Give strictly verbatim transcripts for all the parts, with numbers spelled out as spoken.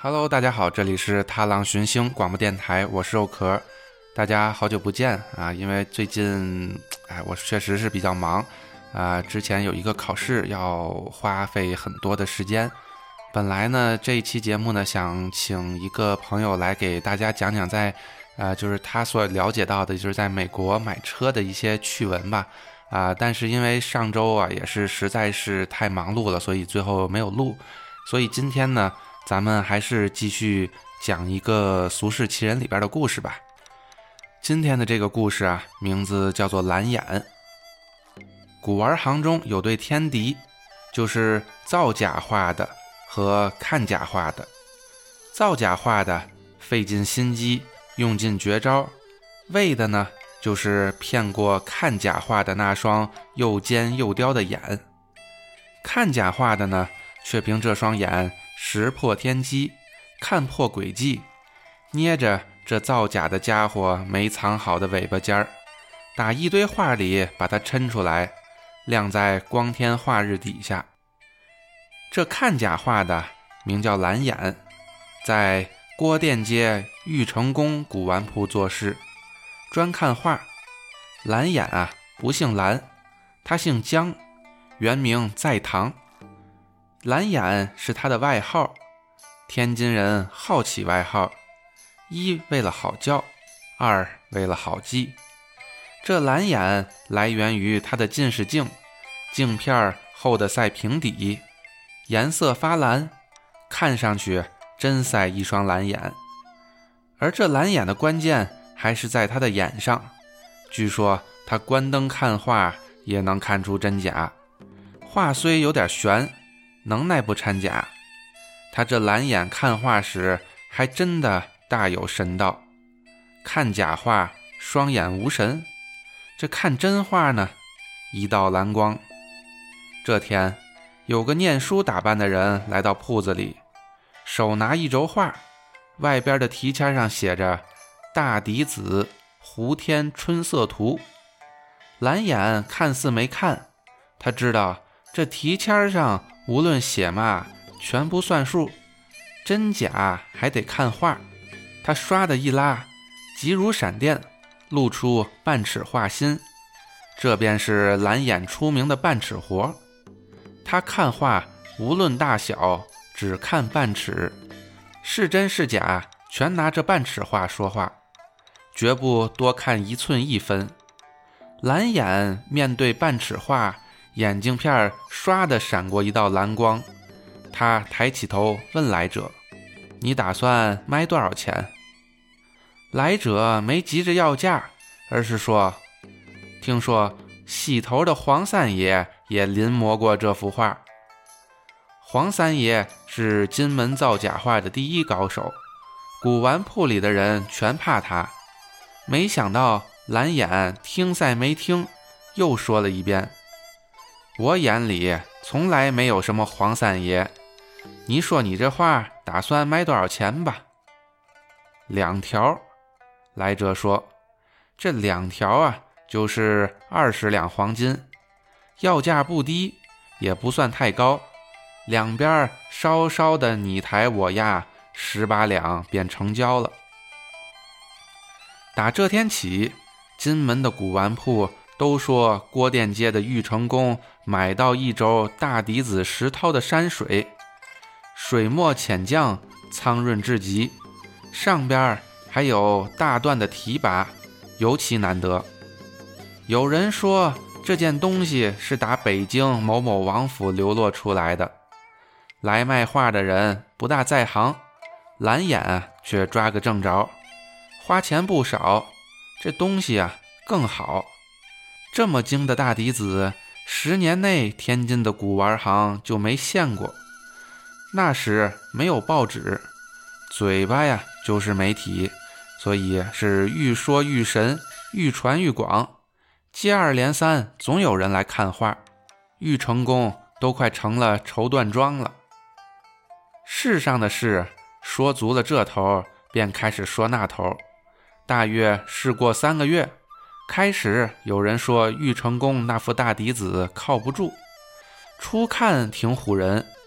Hello， 大家好，这里是踏浪寻星广播电台，我是肉壳。大家好久不见啊！因为最近，哎，我确实是比较忙啊。之前有一个考试要花费很多的时间。本来呢，这一期节目呢，想请一个朋友来给大家讲讲在，呃，就是他所了解到的，就是在美国买车的一些趣闻吧。啊，但是因为上周啊，也是实在是太忙碌了，所以最后没有录。所以今天呢，咱们还是继续讲一个俗世奇人里边的故事吧。今天的这个故事啊，名字叫做蓝眼。古玩行中有对天敌，就是造假画的和看假画的。造假画的费尽心机，用尽绝招，为的呢，就是骗过看假画的那双又尖又刁的眼。看假画的呢，却凭这双眼识破天机，看破诡计，捏着这造假的家伙没藏好的尾巴尖儿，打一堆画里把它抻出来，晾在光天化日底下。这看假画的名叫蓝眼，在郭店街玉成宫古玩铺做事，专看画。蓝眼啊，不姓蓝，他姓姜，原名在堂。蓝眼是他的外号，天津人好起外号，一为了好叫，二为了好记。这蓝眼来源于他的近视镜，镜片厚的赛平底，颜色发蓝，看上去真赛一双蓝眼。而这蓝眼的关键还是在他的眼上，据说他关灯看画也能看出真假，画虽有点悬，能耐不掺假。他这蓝眼看画时还真的大有神道，看假画双眼无神，这看真画呢，一道蓝光。这天有个念书打扮的人来到铺子里，手拿一轴画，外边的题签上写着大嫡子胡天春色图。蓝眼看似没看，他知道这题签上无论写嘛全不算数，真假还得看画。他唰的一拉，急如闪电，露出半尺画心，这便是蓝眼出名的半尺活。他看画无论大小，只看半尺，是真是假全拿这半尺画说话，绝不多看一寸一分。蓝眼面对半尺画，眼镜片唰的闪过一道蓝光，他抬起头问来者：你打算卖多少钱？来者没急着要价，而是说：听说西头的黄三爷也临摹过这幅画。黄三爷是金门造假画的第一高手，古玩铺里的人全怕他。没想到蓝眼听赛没听，又说了一遍：我眼里从来没有什么黄三爷，你说你这画打算卖多少钱吧？两条。来者说：这两条啊，就是二十两黄金，要价不低，也不算太高，两边稍稍的你抬我压，十八两便成交了。打这天起，金门的古玩铺都说郭店街的玉成宫买到一轴大嫡子石涛的山水，水墨浅绛，苍润至极，上边还有大段的题跋，尤其难得。有人说这件东西是打北京某某王府流落出来的。来卖画的人不大在行，蓝眼却抓个正着，花钱不少，这东西啊更好。这么精的大嫡子，十年内天津的古玩行就没见过。那时没有报纸，嘴巴呀就是媒体，所以是愈说愈神，愈传愈广，接二连三总有人来看画，玉成宫都快成了绸缎庄了。世上的事说足了这头，便开始说那头。大约事过三个月，开始有人说玉成宫那副大嫡子靠不住，初看挺唬人，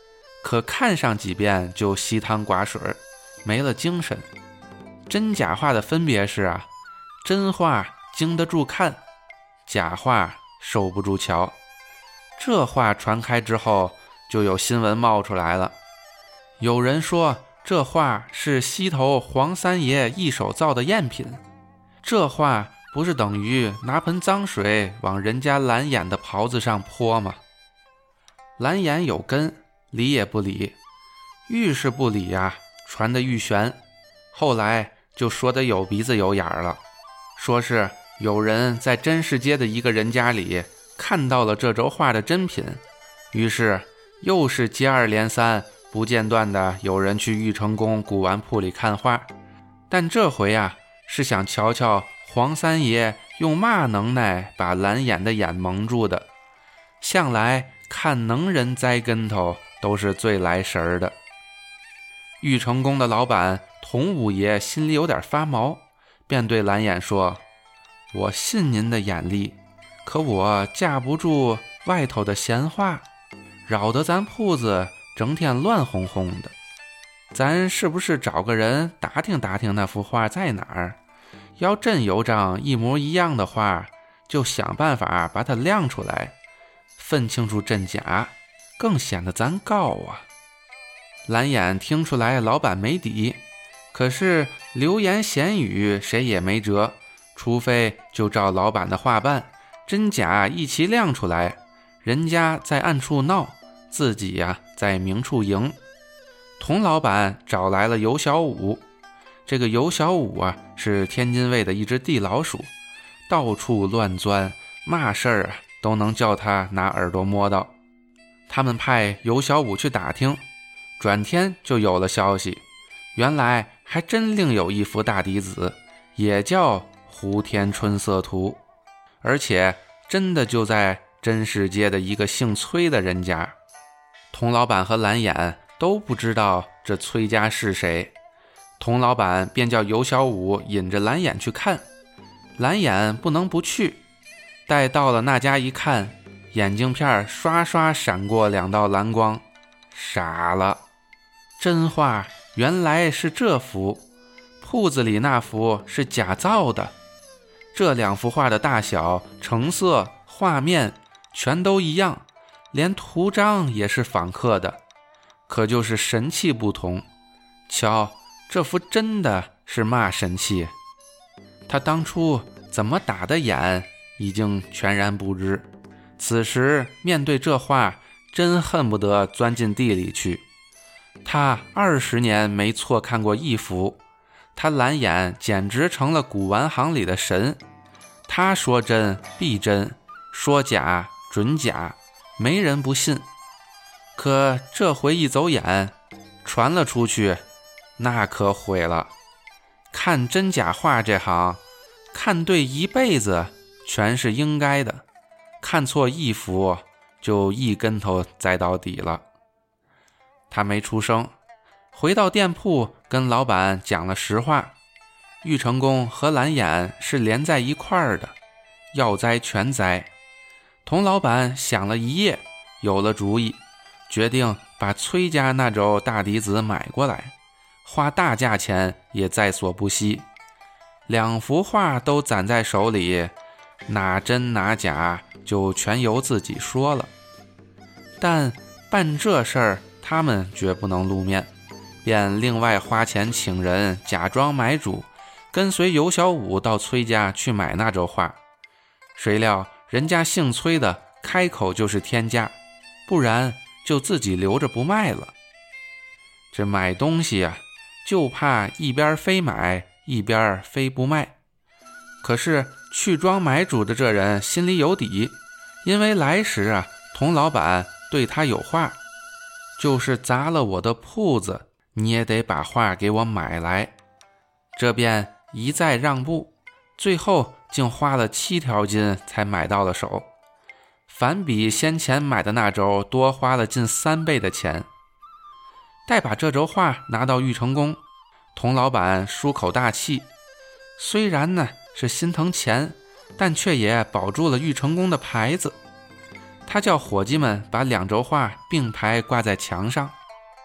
可看上几遍就稀汤寡水，没了精神。真假话的分别是啊，真话经得住看，假话受不住瞧。这话传开之后，就有新闻冒出来了。有人说这话是西头黄三爷一手造的赝品，这话不是等于拿盆脏水往人家蓝眼的袍子上泼吗？蓝眼有根，理也不理，愈是不理呀、啊，传得愈悬。后来就说得有鼻子有眼了，说是有人在真市街的一个人家里看到了这轴画的真品，于是又是接二连三不间断的有人去玉成宫古玩铺里看画。但这回啊，是想瞧瞧黄三爷用嘛能耐把蓝眼的眼蒙住的。向来看能人栽跟头都是最来神儿的。玉成宫的老板童五爷心里有点发毛，便对蓝眼说：我信您的眼力，可我架不住外头的闲话，扰得咱铺子整天乱哄哄的。咱是不是找个人打听打听那幅画在哪儿？要真有张一模一样的画，就想办法把它亮出来，分清楚真假，更显得咱高啊。蓝眼听出来老板没底，可是流言闲语谁也没辙，除非就照老板的话办，真假一起亮出来，人家在暗处闹，自己呀、啊、在明处赢。童老板找来了尤小五，这个尤小五啊是天津卫的一只地老鼠，到处乱钻，嘛事儿啊都能叫他拿耳朵摸到。他们派尤小五去打听，转天就有了消息，原来还真另有一幅大笛子，也叫胡天春色图，而且真的就在真市街的一个姓崔的人家。童老板和蓝眼都不知道这崔家是谁，童老板便叫尤小五引着蓝眼去看，蓝眼不能不去。待到了那家一看，眼镜片刷刷闪过两道蓝光，傻了，真画原来是这幅，铺子里那幅是假造的。这两幅画的大小、成色、画面全都一样，连图章也是仿刻的，可就是神气不同。瞧，这幅真的是嘛神气？他当初怎么打的眼已经全然不知，此时面对这画，真恨不得钻进地里去。他二十年没错看过一幅，他蓝眼简直成了古玩行里的神。他说真必真，说假准假，没人不信。可这回一走眼，传了出去，那可毁了。看真假画这行，看对一辈子全是应该的，看错一幅就一跟头栽到底了。他没出声，回到店铺跟老板讲了实话。玉成宫和蓝眼是连在一块儿的，要栽全栽。童老板想了一夜，有了主意，决定把崔家那轴大笛子买过来，花大价钱也在所不惜。两幅画都攒在手里，哪真哪假就全由自己说了。但办这事儿他们绝不能露面，便另外花钱请人假装买主，跟随尤小五到崔家去买那轴画。谁料人家姓崔的开口就是天价，不然就自己留着不卖了。这买东西啊，就怕一边非买一边非不卖。可是去装买主的这人心里有底，因为来时啊，童老板对他有话，就是砸了我的铺子，你也得把画给我买来。这便一再让步，最后竟花了七条金才买到了手，反比先前买的那轴多花了近三倍的钱。待把这轴画拿到玉成宫，童老板舒口大气，虽然呢是心疼钱，但却也保住了玉成宫的牌子。他叫伙计们把两轴画并排挂在墙上，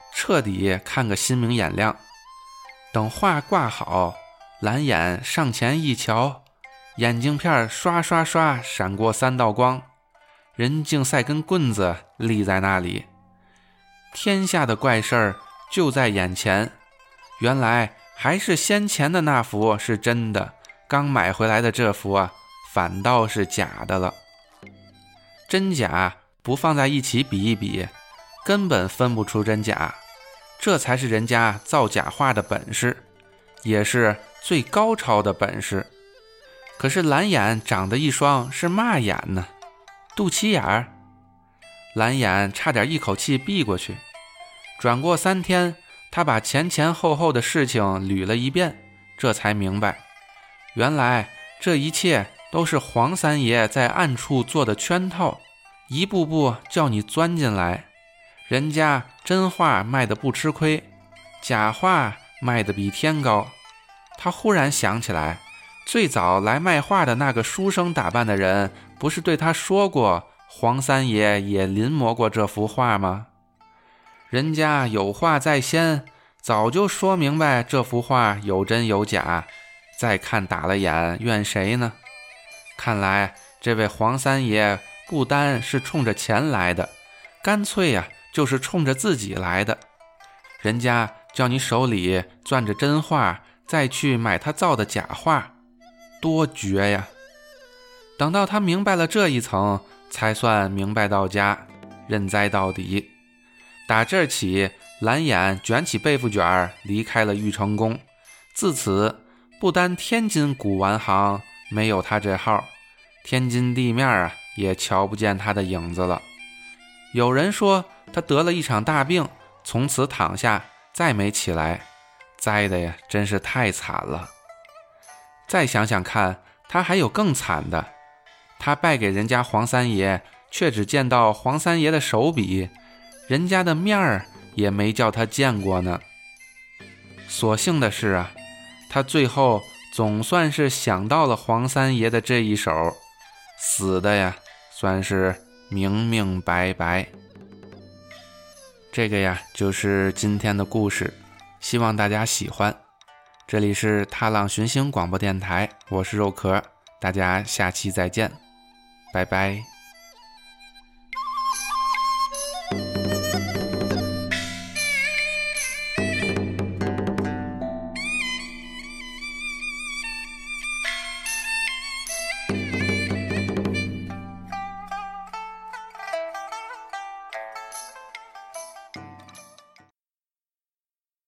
彻底看个心明眼亮。等画挂好，蓝眼上前一瞧，眼镜片刷刷刷闪过三道光，人竟赛根棍子立在那里。天下的怪事儿就在眼前，原来还是先前的那幅是真的，刚买回来的这幅啊，反倒是假的了。真假不放在一起比一比，根本分不出真假，这才是人家造假画的本事，也是最高超的本事。可是蓝眼长的一双是嘛眼呢？肚脐眼儿。蓝眼差点一口气闭过去。转过三天，他把前前后后的事情捋了一遍，这才明白，原来这一切都是黄三爷在暗处做的圈套，一步步叫你钻进来。人家真画卖得不吃亏，假画卖得比天高。他忽然想起来，最早来卖画的那个书生打扮的人，不是对他说过黄三爷也临摹过这幅画吗？人家有画在先，早就说明白这幅画有真有假，再看打了眼，怨谁呢？看来这位黄三爷不单是冲着钱来的，干脆呀、啊、就是冲着自己来的。人家叫你手里攥着真画，再去买他造的假画，多绝呀！等到他明白了这一层，才算明白到家，认栽到底。打这儿起，蓝眼卷起背负卷离开了玉成宫。自此，不单天津古玩行没有他这号，天津地面啊也瞧不见他的影子了。有人说他得了一场大病，从此躺下，再没起来，栽的呀真是太惨了。再想想看，他还有更惨的，他拜给人家黄三爷，却只见到黄三爷的手笔，人家的面儿也没叫他见过呢。所幸的是啊，他最后总算是想到了黄三爷的这一手，死的呀算是明明白白。这个呀就是今天的故事，希望大家喜欢。这里是踏浪寻星广播电台，我是肉壳，大家下期再见，拜拜。